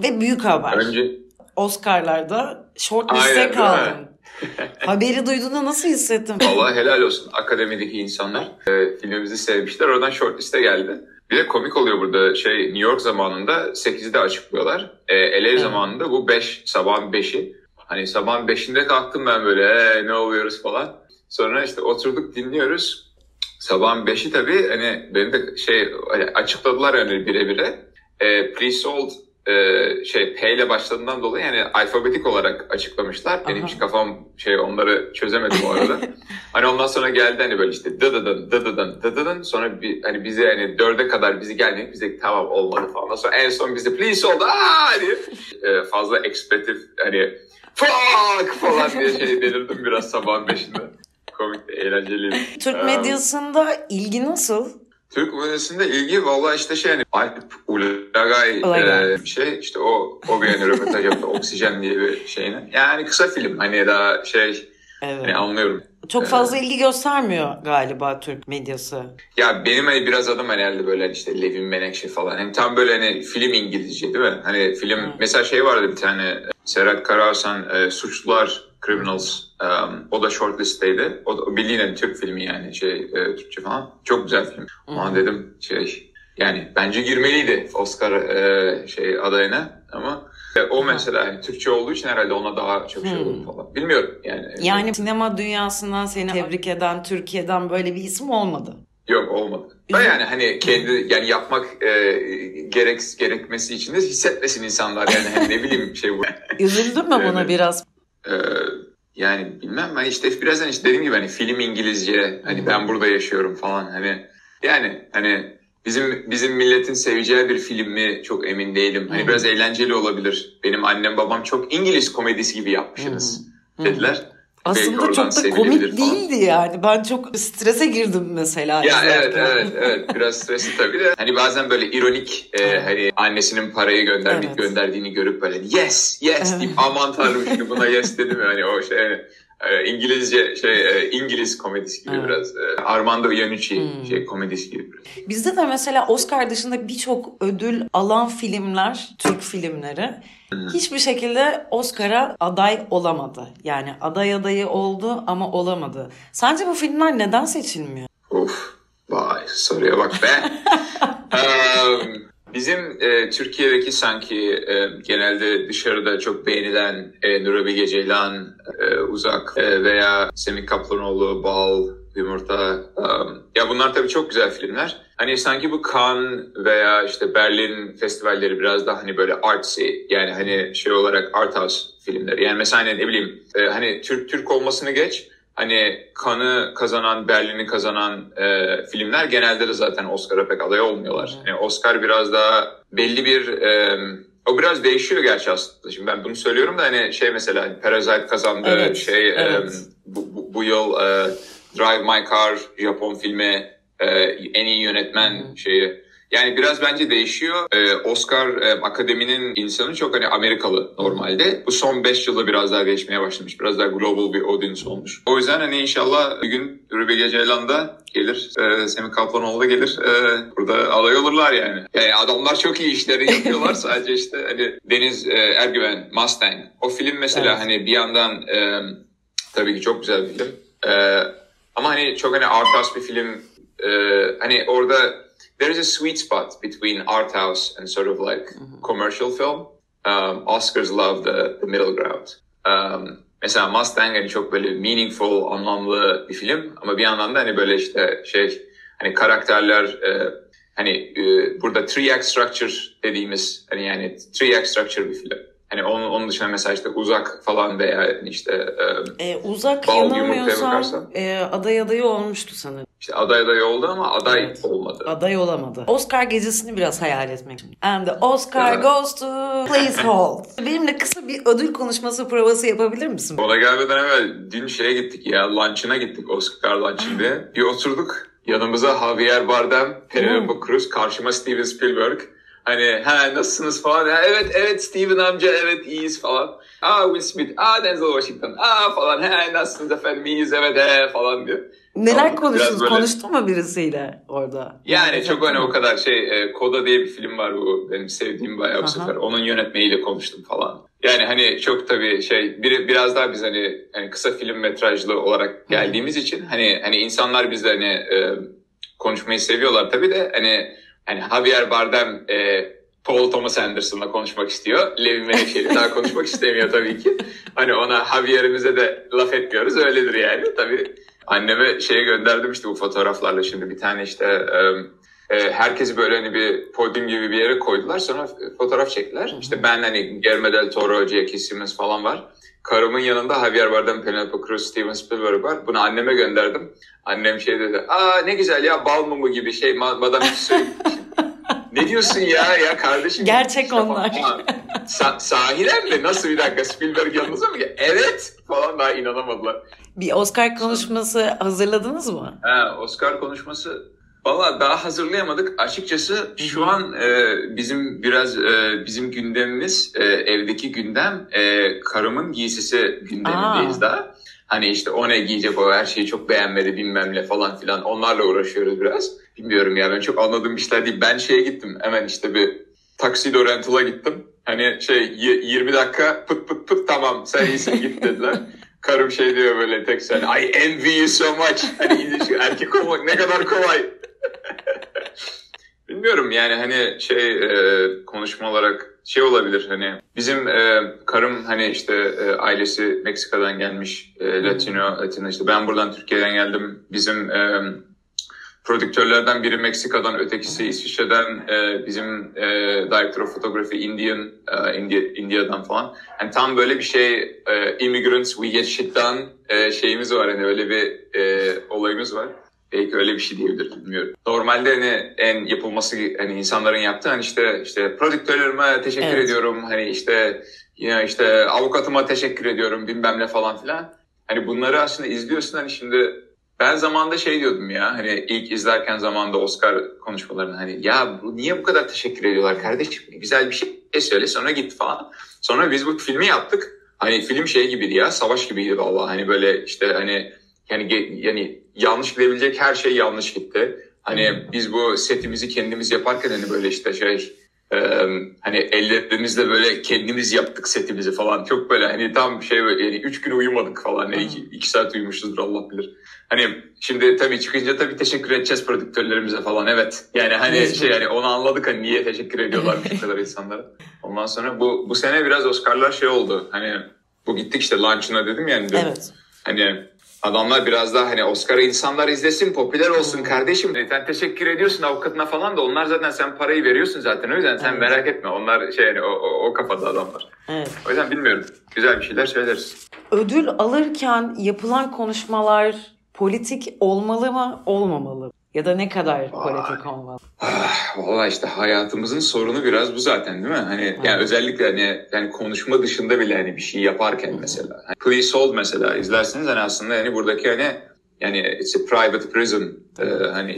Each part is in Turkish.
Ve büyük haber. Önce... Oscar'larda shortlist'e kaldın. Haberi duyduğunda nasıl hissettin? Vallahi helal olsun akademideki insanlar. Filmimizi sevmişler. Oradan shortlist'e geldi. Bir de komik oluyor burada New York zamanında 8'de açıklıyorlar. LA zamanında bu 5, sabahın 5'i. Hani sabahın 5'inde kalktım ben böyle ne oluyoruz falan. Sonra işte oturduk dinliyoruz. Sabahın 5'i tabii hani benim de hani açıkladılar yani bire. Pre-sold P ile başladığından dolayı yani alfabetik olarak açıklamışlar. Benim hiç kafam onları çözemedim o arada. Hani ondan sonra geldi hani böyle işte dıdıdın sonra hani bize hani 4'e kadar bizi gelmeyip bize tamam olmadı falan. Ondan sonra en son bize please hold hani fazla expletive hani fuck falan diye delirdim biraz sabahın 5'inde. Komik, eğlenceliydi. Türk medyasında ilgi nasıl? Türk medyasında ilgi valla işte hani Alp Ulagay işte o bir yani röportaj yaptı Oksijen diye bir şeyine. Yani kısa film hani daha evet. Hani anlıyorum. Çok fazla ilgi göstermiyor galiba Türk medyası. Ya benim hani biraz adım herhalde böyle işte Levin Menekşe falan. Hani tam böyle hani film İngilizce değil mi? Hani film mesela vardı bir tane Serhat Karahasan Suçlular Criminals. O da shortlist'teydi. O bildiğin Türk filmi yani Türkçe falan. Çok güzel film. Ama dedim yani bence girmeliydi Oscar adayına ama o mesela yani Türkçe olduğu için herhalde ona daha çok olur falan. Bilmiyorum yani. Yani sinema dünyasından seni tebrik eden Türkiye'den böyle bir isim olmadı. Yok olmadı. Yani hani kendi yani yapmak gerekmesi için de hissetmesin insanlar yani hani ne bileyim bu. Üzüldün mü buna biraz? Yani bilmem ben işte birazdan dediğim gibi hani film İngilizce hani ben burada yaşıyorum falan hani yani hani bizim milletin seveceği bir film mi çok emin değilim. Hani biraz eğlenceli olabilir. Benim annem babam çok İngiliz komedisi gibi yapmışsınız dediler. Aslında çok da komik değildi yani. Ben çok strese girdim mesela. Ya evet biraz stresli tabii de. Hani bazen böyle ironik hani annesinin parayı gönderdiğini görüp böyle yes deyip aman tanrım şimdi buna yes dedim yani o İngilizce İngiliz komedisi gibi biraz. Armando Iannucci komedisi gibi biraz. Bizde de mesela Oscar dışında birçok ödül alan filmler, Türk filmleri hiçbir şekilde Oscar'a aday olamadı. Yani adayı oldu ama olamadı. Sence bu filmler neden seçilmiyor? Vay soruya bak be. Bizim Türkiye'deki sanki genelde dışarıda çok beğenilen Nuri Bilge Ceylan, Uzak veya Semih Kaplanoğlu, Bal, Yumurta. Ya bunlar tabii çok güzel filmler. Hani sanki bu Cannes veya işte Berlin festivalleri biraz daha hani böyle artsy yani hani olarak art house filmleri. Yani mesela ne bileyim hani Türk olmasını geç. Hani Cannes'ı kazanan, Berlin'i kazanan filmler genelde de zaten Oscar'a pek aday olmuyorlar. Yani Oscar biraz daha belli bir o biraz değişiyor gerçi aslında. Şimdi ben bunu söylüyorum da hani mesela hani Parasite kazandı bu yıl Drive My Car Japon filmi en iyi yönetmen Yani biraz bence değişiyor. Oscar akademinin insanı çok hani Amerikalı normalde. Bu son 5 yılda biraz daha değişmeye başlamış. Biraz daha global bir audience olmuş. O yüzden hani inşallah bir gün Nuri Bilge Ceylan da gelir. Semih Kaplanoğlu da gelir. Burada aday olurlar yani. Yani adamlar çok iyi işleri yapıyorlar. Sadece işte hani Deniz Ergüven, Mustang. O film mesela hani bir yandan tabii ki çok güzel bir film. Ama hani çok hani art house bir film. Hani orada there is a sweet spot between art house and sort of like commercial film. Oscars love the middle ground. Mesela Mustang hani çok böyle meaningful, anlamlı bir film ama bir yandan da hani böyle işte hani karakterler hani burada 3-act structure dediğimiz hani yani 3-act structure bir film. Hani onun dışında mesela işte Uzak falan veya işte Uzak yanılmıyorsam adayı olmuştu sanırım. İşte aday oldu ama aday olmadı. Aday olamadı. Oscar gecesini biraz hayal etmek için. And the Oscar goes to Please Hold. Benimle kısa bir ödül konuşması provası yapabilir misin? Ona gelmeden evvel dün gittik ya. Lunch'ına gittik Oscar lunch'ın diye. Bir oturduk. Yanımıza Javier Bardem, Penelope Cruz, karşıma Steven Spielberg. Hani nasılsınız falan. Evet Steven amca evet iyiyiz falan. Will Smith, Denzel Washington falan. Nasılsınız efendim iyiyiz evet falan diyor. Neler konuştunuz? Böyle... Konuştun mu birisiyle orada? Yani çok hani o kadar Koda diye bir film var, bu benim sevdiğim bayağı bu sefer. Onun yönetmeniyle konuştum falan. Yani hani çok tabii biraz daha biz hani kısa film metrajlı olarak geldiğimiz için hani insanlar bizle konuşmayı seviyorlar tabii de hani Javier Bardem Paul Thomas Anderson'la konuşmak istiyor. Levi Menekşe'yle daha konuşmak istemiyor tabii ki. Hani ona Javier'imize de laf etmiyoruz, öyledir yani tabii. Anneme gönderdim işte bu fotoğraflarla, şimdi bir tane herkesi böyle hani bir podyum gibi bir yere koydular, sonra fotoğraf çektiler. İşte ben hani Guillermo del Toro, J.K. Simmons falan var. Karımın yanında Javier Bardem, Penelope Cruz, Steven Spielberg var. Bunu anneme gönderdim. Annem dedi, ne güzel ya, bal mumu gibi Madame Tussauds. Ne diyorsun ya kardeşim? Gerçek onlar. Sahiden mi? Nasıl, bir dakika, Spielberg yanınıza mı? Evet falan, daha inanamadılar. Bir Oscar konuşması hazırladınız mı? Oscar konuşması valla daha hazırlayamadık. Açıkçası şu an bizim gündemimiz, evdeki gündem, karımın giysisi gündemindeyiz daha. Hani işte o ne giyecek, o her şeyi çok beğenmedi bilmem ne falan filan, onlarla uğraşıyoruz biraz. Bilmiyorum ya, ben çok anladığım işler değil. Ben gittim hemen, işte bir Tuxedo Rental'a gittim. Hani 20 dakika pıt tamam sen iyisin git dediler. Karım diyor böyle tek sen, I envy you so much. Hani erkek olmak ne kadar kolay. Bilmiyorum yani hani konuşma olarak olabilir, hani bizim karım hani ailesi Meksika'dan gelmiş, Latino işte, ben buradan Türkiye'den geldim. Bizim prodüktörlerden biri Meksika'dan, ötekisi İsviçre'den, bizim Director of Photography India'dan falan. Yani tam böyle bir immigrants we get shit done şeyimiz var, hani öyle bir olayımız var. Belki öyle bir şey diyebilir, bilmiyorum. Normalde hani en yapılması hani insanların yaptığı hani işte prodüktörlerime teşekkür ediyorum, hani yine avukatıma teşekkür ediyorum bilmem ne falan filan. Hani bunları aslında izliyorsun, hani şimdi ben zamanında diyordum ya, hani ilk izlerken zamanında Oscar konuşmalarını, hani ya niye bu kadar teşekkür ediyorlar kardeşim, güzel bir şey söyle sonra git falan. Sonra biz bu filmi yaptık. Hani film gibiydi ya, savaş gibiydi vallahi, hani böyle hani yani yanlış gidebilecek her şey yanlış gitti. Hani biz bu setimizi kendimiz yaparken hani böyle hani ellerimizle böyle kendimiz yaptık setimizi falan. Çok böyle hani tam böyle 3 gün uyumadık falan. 2 saat uyumuşuzdur Allah bilir. Hani şimdi tabii çıkınca tabii teşekkür edeceğiz prodüktörlerimize falan, evet. Yani hani hani onu anladık, hani niye teşekkür ediyorlarmış bu kadar insanlara. Ondan sonra bu sene biraz Oscar'lar oldu. Hani bu gittik lunch'ına dedim yani. Evet. Hani adamlar biraz daha hani Oscar'ı insanlar izlesin, popüler olsun kardeşim. Sen teşekkür ediyorsun avukatına falan da, onlar zaten sen parayı veriyorsun zaten. O yüzden sen merak etme. Onlar o kafada adamlar. Evet. O yüzden bilmiyorum. Güzel bir şeyler söyleriz. Ödül alırken yapılan konuşmalar politik olmalı mı, olmamalı? Ya da ne kadar politik olmalı? Vallahi hayatımızın sorunu biraz bu zaten, değil mi? Hani yani özellikle yani konuşma dışında bile hani bir şey yaparken mesela. Hani Please Hold mesela izlerseniz hani aslında hani buradaki yani it's a private prison, hani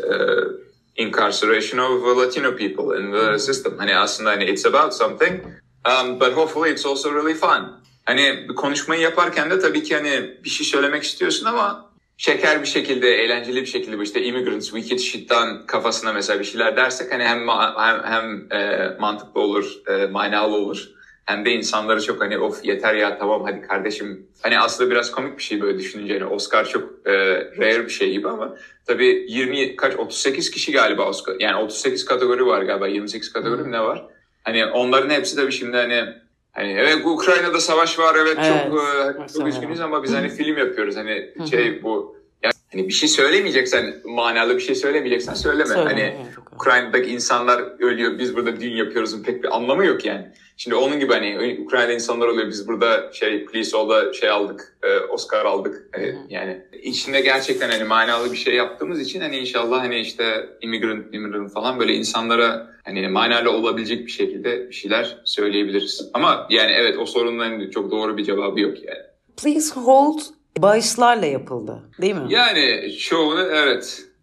incarceration of Latino people in the system. Hani aslında hani it's about something, but hopefully it's also really fun. Hani bir konuşmayı yaparken de tabii ki hani bir şey söylemek istiyorsun ama şeker bir şekilde, eğlenceli bir şekilde immigrants we get shit done kafasına mesela bir şeyler dersek hani hem mantıklı olur, manalı olur. Hem de insanları çok hani of yeter ya tamam hadi kardeşim. Hani aslında biraz komik bir şey böyle düşününce. Yani Oscar çok rare bir şey gibi ama tabii 38 kişi galiba Oscar. Yani 38 kategori var galiba, 28 kategori mi ne var? Hani onların hepsi tabii şimdi hani evet Ukrayna'da savaş var, evet çok üzgünüz ama biz hani film yapıyoruz, hani bu yani hani bir şey söylemeyeceksen, manalı bir şey söylemeyeceksen söyleme. Hani Ukrayna'daki insanlar ölüyor, biz burada düğün yapıyoruzun pek bir anlamı yok yani. Şimdi onun gibi hani Ukrayna'da insanlar oluyor, biz burada Please All'da aldık, Oscar aldık. Yani içinde gerçekten hani manalı bir şey yaptığımız için hani inşallah hani immigrant falan böyle insanlara hani manalı olabilecek bir şekilde bir şeyler söyleyebiliriz. Ama yani evet, o sorunun hani çok doğru bir cevabı yok yani. Please Hold bağışlarla yapıldı, değil mi? Yani çoğunu evet.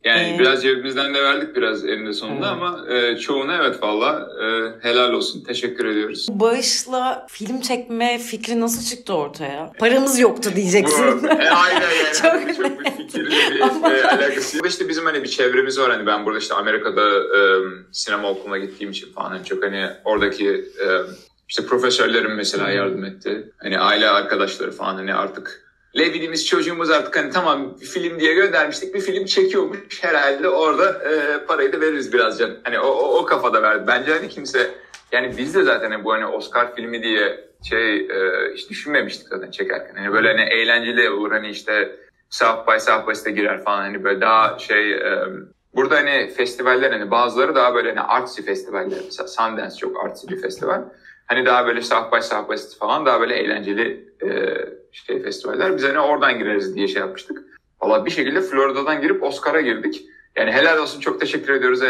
Yani biraz cebimizden de verdik biraz eninde sonunda ama çoğuna evet valla helal olsun. Teşekkür ediyoruz. Bağışla film çekme fikri nasıl çıktı ortaya? Paramız yoktu diyeceksin. Aynen yani. Çok bir fikirle bir alakası yok. İşte bizim hani bir çevremiz var. Hani ben burada işte Amerika'da sinema okuluna gittiğim için falan hani çok hani oradaki işte profesörlerim mesela yardım etti. Hani aile arkadaşları falan hani artık Levi'miz çocuğumuz artık hani tamam bir film diye göndermiştik bir film çekiyormuş herhalde orada parayı da veririz birazca. Hani o kafada verdi. Bence hani kimse yani biz de zaten bu hani Oscar filmi diye hiç düşünmemiştik zaten çekerken. Hani böyle hani eğlenceli olur hani işte South by Southwest'e girer falan hani böyle daha burada hani festivaller hani bazıları daha böyle hani artsy festivaller mesela Sundance çok artsy bir festival. Hani daha böyle South by Southwest falan daha böyle eğlenceli festivaller. Biz hani oradan gireriz diye şey yapmıştık. Valla bir şekilde Florida'dan girip Oscar'a girdik. Yani helal olsun çok teşekkür ediyoruz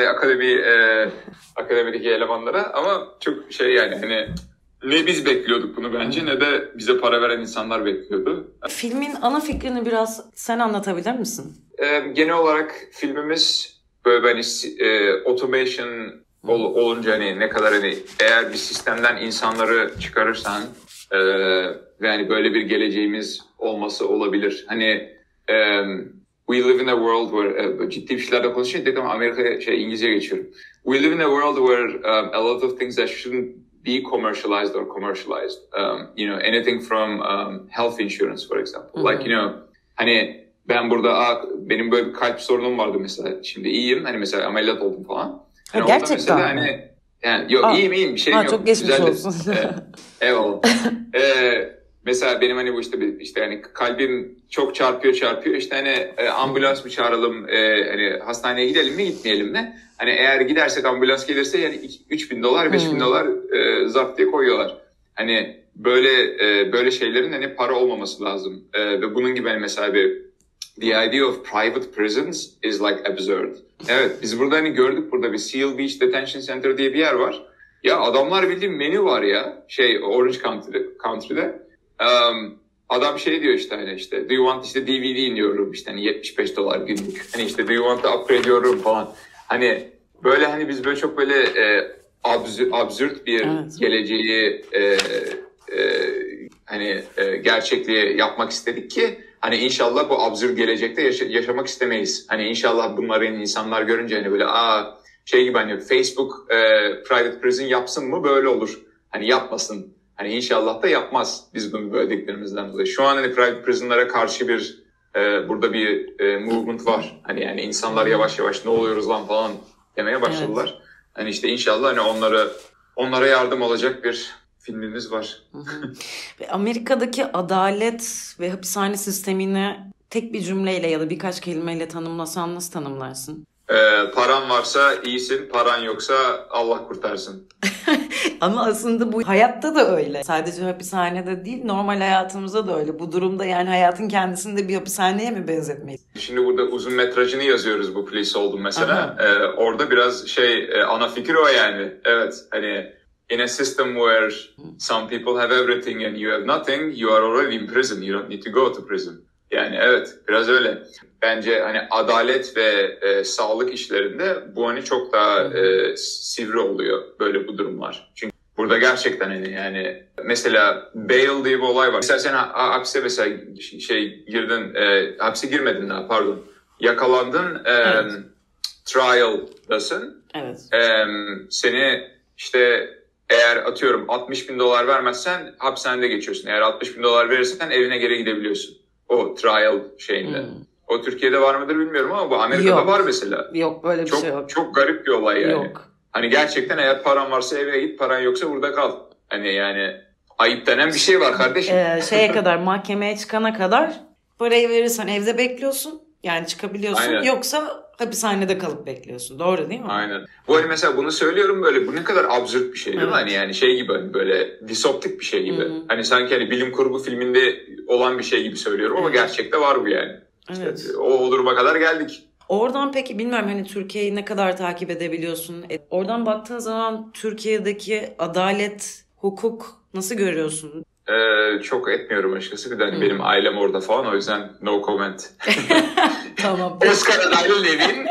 akademideki elemanlara ama çok yani hani ne biz bekliyorduk bunu bence ne de bize para veren insanlar bekliyordu. Filmin ana fikrini biraz sen anlatabilir misin? Genel olarak filmimiz böyle hani automation olunca hani ne kadar hani eğer bir sistemden insanları çıkarırsan ve hani böyle bir geleceğimiz olması olabilir. Hani we live in a world where ciddi bir şeylerle konuşuyoruz ama Amerika'ya İngilizce geçiyorum. We live in a world where a lot of things that shouldn't be commercialized or commercialized. Anything from health insurance for example. Like hani ben burada benim böyle bir kalp sorunum vardı mesela. Şimdi iyiyim. Hani mesela ameliyat oldum falan. Yani gerçekten mesela hani yani yok iyiyim bir şeyim yok. Çok geçmiş olsun. Eyvallah. Mesela benim hani bu işte hani kalbim çok çarpıyor işte hani ambulans mı çağıralım hani hastaneye gidelim mi gitmeyelim mi? Hani eğer gidersek ambulans gelirse yani $3,000 $5,000 zapt diye koyuyorlar. Hani böyle şeylerin hani para olmaması lazım. Ve bunun gibi hani mesela the idea of private prisons is like absurd. Evet biz burada hani gördük burada bir Seal Beach Detention Center diye bir yer var. Ya adamlar bildiğin menü var ya Orange County'de. Adam diyor işte hani işte do you want işte DVD diyorum işte hani $75 günlük. Hani işte do you want to upgrade diyorum falan. Hani böyle hani biz böyle çok böyle absürt bir geleceği gerçekliğe yapmak istedik ki hani inşallah bu absürt gelecekte yaşamak istemeyiz. Hani inşallah bunları insanlar görünce hani böyle gibi hani Facebook private prison yapsın mı böyle olur. Hani yapmasın. Hani inşallah da yapmaz biz bunu böyle dediklerimizden dolayı. Şu an hani private prison'lara karşı bir burada bir movement var. Hani yani insanlar yavaş yavaş ne oluyoruz lan falan demeye başladılar. Evet. Hani işte inşallah hani onlara yardım olacak bir filmimiz var. Amerika'daki adalet ve hapishane sistemini tek bir cümleyle ya da birkaç kelimeyle tanımlasan nasıl tanımlarsın? Paran varsa iyisin, paran yoksa Allah kurtarsın. Ama aslında bu hayatta da öyle. Sadece hapishanede değil, normal hayatımızda da öyle. Bu durumda yani hayatın kendisini de bir hapishaneye mi benzetmeyiz? Şimdi burada uzun metrajını yazıyoruz bu Police Old'un mesela. Orada biraz ana fikir o yani. Evet, hani in a system where some people have everything and you have nothing, you are already in prison. You don't need to go to prison. Yani evet, biraz öyle. Bence hani adalet ve sağlık işlerinde bu hani çok daha sivri oluyor böyle bu durumlar. Çünkü burada gerçekten hani yani mesela bail diye bir olay var. Mesela sen hapse mesela girdin, hapse girmedin daha pardon. Yakalandın, trial'dasın. Evet. Seni işte eğer atıyorum $60,000 vermezsen hapishanede geçiyorsun. Eğer $60,000 verirsen evine geri gidebiliyorsun. O trial şeyinde. O Türkiye'de var mıdır bilmiyorum ama bu Amerika'da var mesela. Yok böyle bir şey yok. Çok garip bir olay yani. Yok. Hani gerçekten eğer paran varsa eve git, paran yoksa burada kal. Hani yani ayıp denen bir şey var kardeşim. Kadar mahkemeye çıkana kadar parayı verirsen evde bekliyorsun. Yani çıkabiliyorsun. Aynen. Yoksa hapishanede kalıp bekliyorsun. Doğru değil mi? Aynen. Bu hani mesela bunu söylüyorum böyle bu ne kadar absürt bir şey değil mi? Hani yani gibi hani böyle distoptik bir şey gibi. Hani sanki hani bilim kurgu filminde olan bir şey gibi söylüyorum ama gerçekte var bu yani. Evet. İşte o duruma kadar geldik. Oradan peki bilmiyorum hani Türkiye'yi ne kadar takip edebiliyorsun? Oradan baktığın zaman Türkiye'deki adalet, hukuk nasıl görüyorsun? Çok etmiyorum açıkçası. Bir de hani benim ailem orada falan, o yüzden no comment. Tamam. Oscar adaylı Levin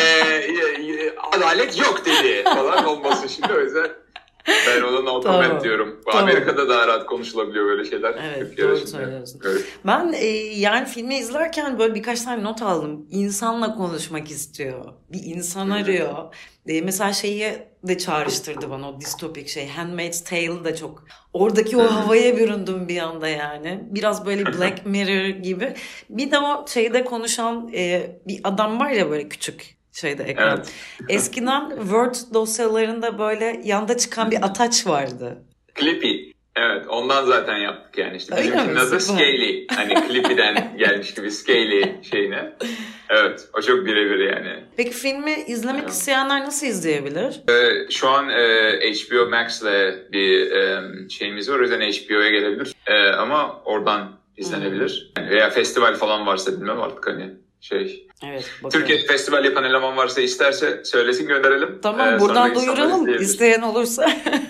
adalet yok dedi falan olmasın şimdi, o yüzden ben ona no comment diyorum. Tamam. Amerika'da daha rahat konuşulabiliyor böyle şeyler. Evet, doğru söylüyorsun. Evet. Ben yani filmi izlerken böyle birkaç tane not aldım. İnsanla konuşmak istiyor. Bir insan arıyor. Mesela şeyi de çağrıştırdı bana, o distopik şey. Handmaid's Tale de çok. Oradaki o havaya büründüm bir anda yani. Biraz böyle Black Mirror gibi. Bir de o şeyde konuşan bir adam var ya, böyle küçük şeyde ekran. Evet. Eskiden Word dosyalarında böyle yanda çıkan bir ataç vardı. Clippy. Evet, ondan zaten yaptık yani işte. Öyle Bizimkinin mi? adı Süper. Scaly. Hani Clippy'den gelmiş gibi Scaly şeyine. Evet, o çok birebir yani. Peki filmi izlemek isteyenler nasıl izleyebilir? Şu an HBO Max'le bir şeyimiz var. O yüzden HBO'ya gelebilir. Ama oradan izlenebilir. Veya festival falan varsa bilmem artık hani şey. Evet, bakalım. Türkiye'de festival yapan eleman varsa, isterse söylesin, gönderelim. Tamam, buradan duyuralım isteyen olursa.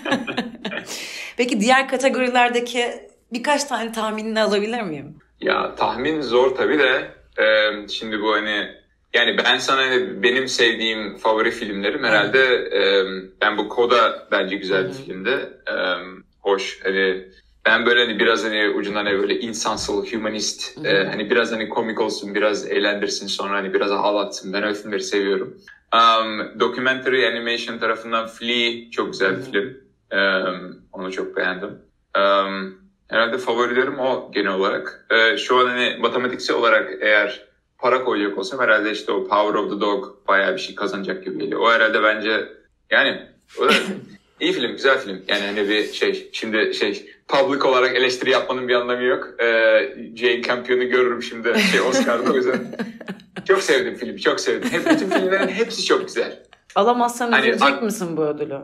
Peki diğer kategorilerdeki birkaç tane tahminini alabilir miyim? Ya tahmin zor tabii de şimdi bu hani, yani ben sana benim sevdiğim favori filmlerim herhalde ben bu Coda bence güzel bir filmdi. Hoş, hani ben böyle hani biraz hani ucundan hani böyle insansıl, humanist, hani biraz hani komik olsun, biraz eğlendirsin, sonra hani biraz ağlatsın. Ben öyle filmleri seviyorum. Documentary animation tarafından Flea çok güzel bir film. Onu çok beğendim. Herhalde favorilerim o genel olarak. Şu an hani matematiksel olarak eğer para koyacak olsam herhalde işte o Power of the Dog bayağı bir şey kazanacak gibi geliyor. O herhalde bence yani o da iyi film, güzel film. Yani hani bir şey, şimdi public olarak eleştiri yapmanın bir anlamı yok. Jane Campion'u görürüm şimdi Oscar'da, o yüzden çok sevdim filmi, çok sevdim. Bütün filmlerin hepsi çok güzel. Alamazsan üzülecek misin bu ödülü?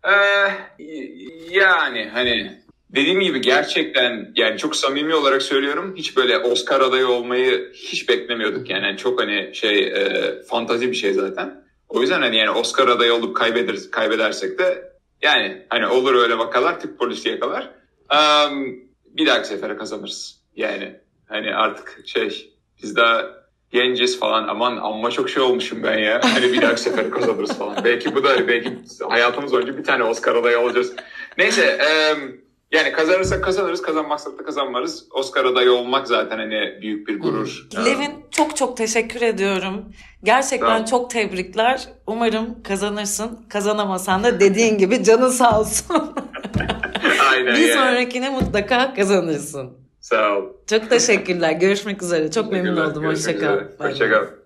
Yani hani dediğim gibi gerçekten yani çok samimi olarak söylüyorum, hiç böyle Oscar adayı olmayı hiç beklemiyorduk yani çok hani fantazi bir şey zaten. O yüzden hani yani Oscar adayı olup kaybedersek de yani hani olur öyle vakalar, Türk polisi yakalar. Bir dahaki sefere kazanırız. Yani hani artık biz daha genciz falan, aman amma çok şey olmuşum ben ya. Hani bir dahaki sefere kazanırız falan. Belki bu da, belki hayatımız boyunca bir tane Oscar adayı olacağız. Neyse yani kazanırsak kazanırız, kazanmazsak da kazanmarız. Oscar adayı olmak zaten hani büyük bir gurur. Levin, çok çok teşekkür ediyorum. Gerçekten çok tebrikler. Umarım kazanırsın. Kazanamasan da dediğin gibi canın sağ olsun. Aynen. Bir sonrakine mutlaka kazanırsın. Sağ ol. Çok teşekkürler. Görüşmek üzere. Çok memnun oldum. Hoşça kal. Hoşça kal.